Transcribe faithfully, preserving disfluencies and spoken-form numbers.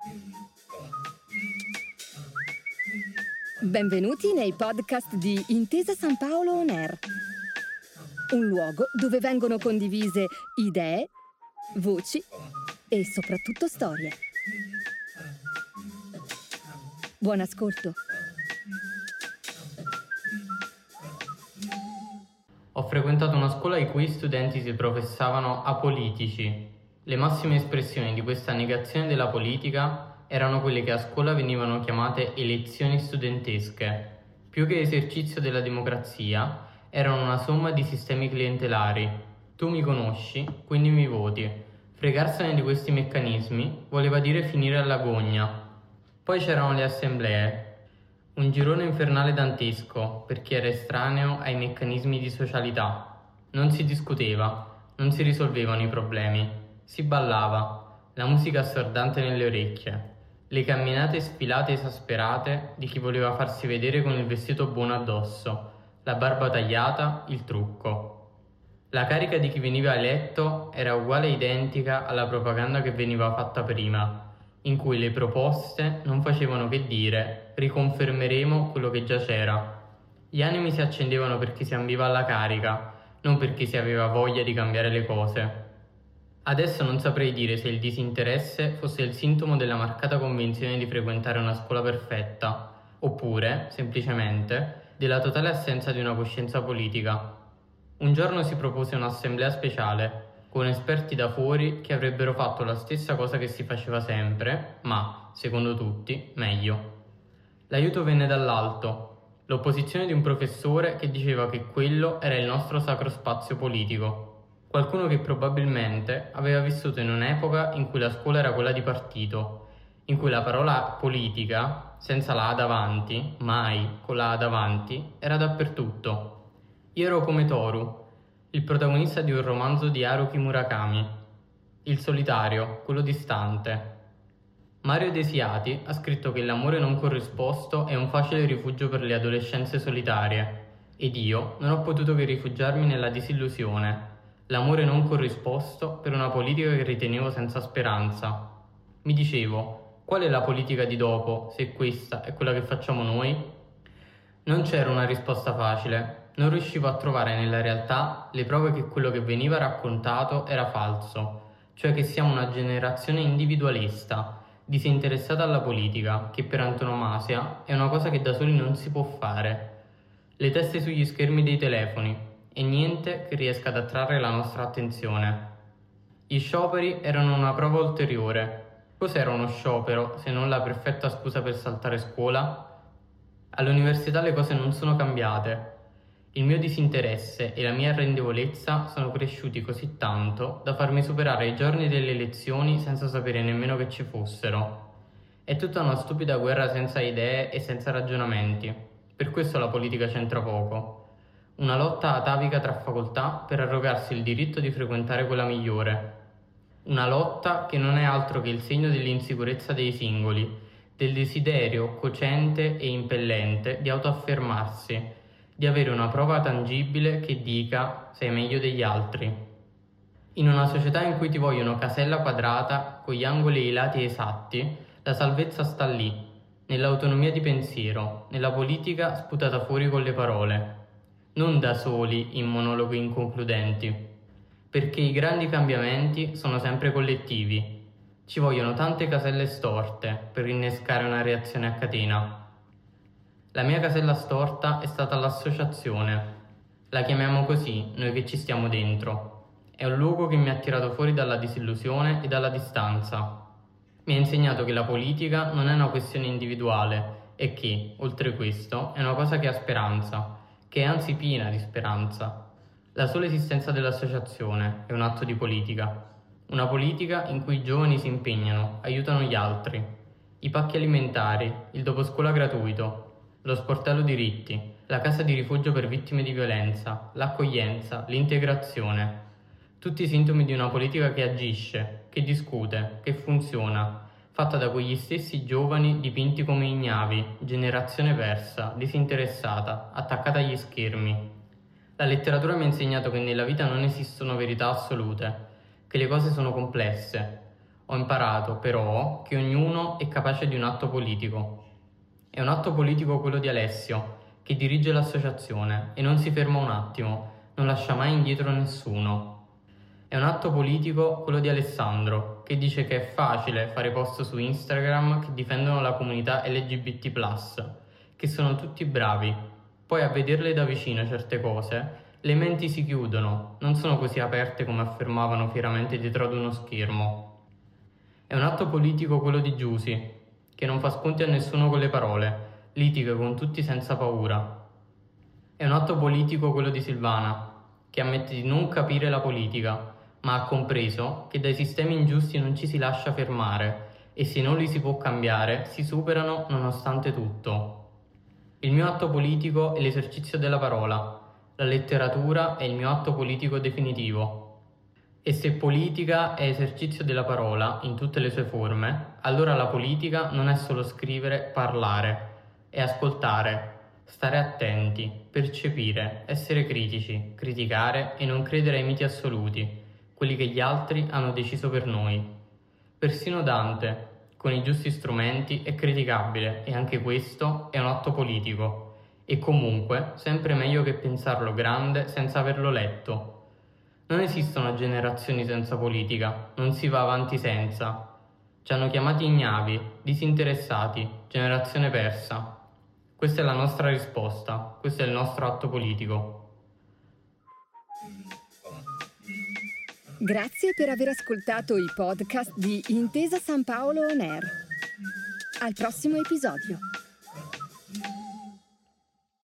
Benvenuti nei podcast di Intesa San Paolo On Air, un luogo dove vengono condivise idee, voci e soprattutto storie. Buon ascolto. Ho frequentato una scuola i cui studenti si professavano apolitici. Le massime espressioni di questa negazione della politica erano quelle che a scuola venivano chiamate elezioni studentesche. Più che esercizio della democrazia, erano una somma di sistemi clientelari. Tu mi conosci, quindi mi voti. Fregarsene di questi meccanismi voleva dire finire alla gogna. Poi c'erano le assemblee. Un girone infernale dantesco per chi era estraneo ai meccanismi di socialità. Non si discuteva, non si risolvevano i problemi, si ballava, la musica assordante nelle orecchie, le camminate sfilate esasperate di chi voleva farsi vedere con il vestito buono addosso, la barba tagliata, il trucco. La carica di chi veniva eletto era uguale e identica alla propaganda che veniva fatta prima, in cui le proposte non facevano che dire riconfermeremo quello che già c'era. Gli animi si accendevano perché si ambiva alla carica, non perché si aveva voglia di cambiare le cose. Adesso non saprei dire se il disinteresse fosse il sintomo della marcata convinzione di frequentare una scuola perfetta, oppure, semplicemente, della totale assenza di una coscienza politica. Un giorno si propose un'assemblea speciale, con esperti da fuori che avrebbero fatto la stessa cosa che si faceva sempre, ma, secondo tutti, meglio. L'aiuto venne dall'alto, l'opposizione di un professore che diceva che quello era il nostro sacro spazio politico. Qualcuno che probabilmente aveva vissuto in un'epoca in cui la scuola era quella di partito, in cui la parola politica, senza la A davanti, mai con la A davanti, era dappertutto. Io ero come Toru, il protagonista di un romanzo di Haruki Murakami, Il solitario, quello distante. Mario Desiati ha scritto che l'amore non corrisposto è un facile rifugio per le adolescenze solitarie, ed io non ho potuto che rifugiarmi nella disillusione, l'amore non corrisposto per una politica che ritenevo senza speranza. Mi dicevo, qual è la politica di dopo se questa è quella che facciamo noi? Non c'era una risposta facile. Non riuscivo a trovare nella realtà le prove che quello che veniva raccontato era falso, cioè che siamo una generazione individualista, disinteressata alla politica, che per antonomasia è una cosa che da soli non si può fare. Le teste sugli schermi dei telefoni e niente che riesca ad attrarre la nostra attenzione. Gli scioperi erano una prova ulteriore. Cos'era uno sciopero se non la perfetta scusa per saltare scuola? All'università le cose non sono cambiate. Il mio disinteresse e la mia arrendevolezza sono cresciuti così tanto da farmi superare i giorni delle elezioni senza sapere nemmeno che ci fossero. È tutta una stupida guerra senza idee e senza ragionamenti. Per questo la politica c'entra poco. Una lotta atavica tra facoltà per arrogarsi il diritto di frequentare quella migliore. Una lotta che non è altro che il segno dell'insicurezza dei singoli, del desiderio cocente e impellente di autoaffermarsi, di avere una prova tangibile che dica sei meglio degli altri. In una società in cui ti vogliono casella quadrata, con gli angoli e i lati esatti, la salvezza sta lì, nell'autonomia di pensiero, nella politica sputata fuori con le parole, non da soli in monologhi inconcludenti, perché i grandi cambiamenti sono sempre collettivi. Ci vogliono tante caselle storte per innescare una reazione a catena. La mia casella storta è stata l'associazione. La chiamiamo così, noi che ci stiamo dentro. È un luogo che mi ha tirato fuori dalla disillusione e dalla distanza. Mi ha insegnato che la politica non è una questione individuale e che, oltre questo, è una cosa che ha speranza, che è anzi piena di speranza. La sola esistenza dell'associazione è un atto di politica. Una politica in cui i giovani si impegnano, aiutano gli altri. I pacchi alimentari, il doposcuola gratuito, lo sportello diritti, la casa di rifugio per vittime di violenza, l'accoglienza, l'integrazione. Tutti i sintomi di una politica che agisce, che discute, che funziona, fatta da quegli stessi giovani dipinti come ignavi, generazione persa, disinteressata, attaccata agli schermi. La letteratura mi ha insegnato che nella vita non esistono verità assolute, che le cose sono complesse. Ho imparato, però, che ognuno è capace di un atto politico. È un atto politico quello di Alessio, che dirige l'associazione e non si ferma un attimo, non lascia mai indietro nessuno. È un atto politico quello di Alessandro, che dice che è facile fare post su Instagram che difendono la comunità L G B T plus, che sono tutti bravi. Poi a vederle da vicino certe cose, le menti si chiudono, non sono così aperte come affermavano fieramente dietro ad uno schermo. È un atto politico quello di Giusy, che non fa sconti a nessuno con le parole, litiga con tutti senza paura. È un atto politico quello di Silvana, che ammette di non capire la politica, ma ha compreso che dai sistemi ingiusti non ci si lascia fermare e se non li si può cambiare, si superano nonostante tutto. Il mio atto politico è l'esercizio della parola. La letteratura è il mio atto politico definitivo. E se politica è esercizio della parola in tutte le sue forme, allora la politica non è solo scrivere, parlare, è ascoltare, stare attenti, percepire, essere critici, criticare e non credere ai miti assoluti, quelli che gli altri hanno deciso per noi. Persino Dante, con i giusti strumenti, è criticabile e anche questo è un atto politico. E comunque, sempre meglio che pensarlo grande senza averlo letto. Non esistono generazioni senza politica, non si va avanti senza. Ci hanno chiamati ignavi, disinteressati, generazione persa. Questa è la nostra risposta, questo è il nostro atto politico. Grazie per aver ascoltato i podcast di Intesa San Paolo On Air. Al prossimo episodio.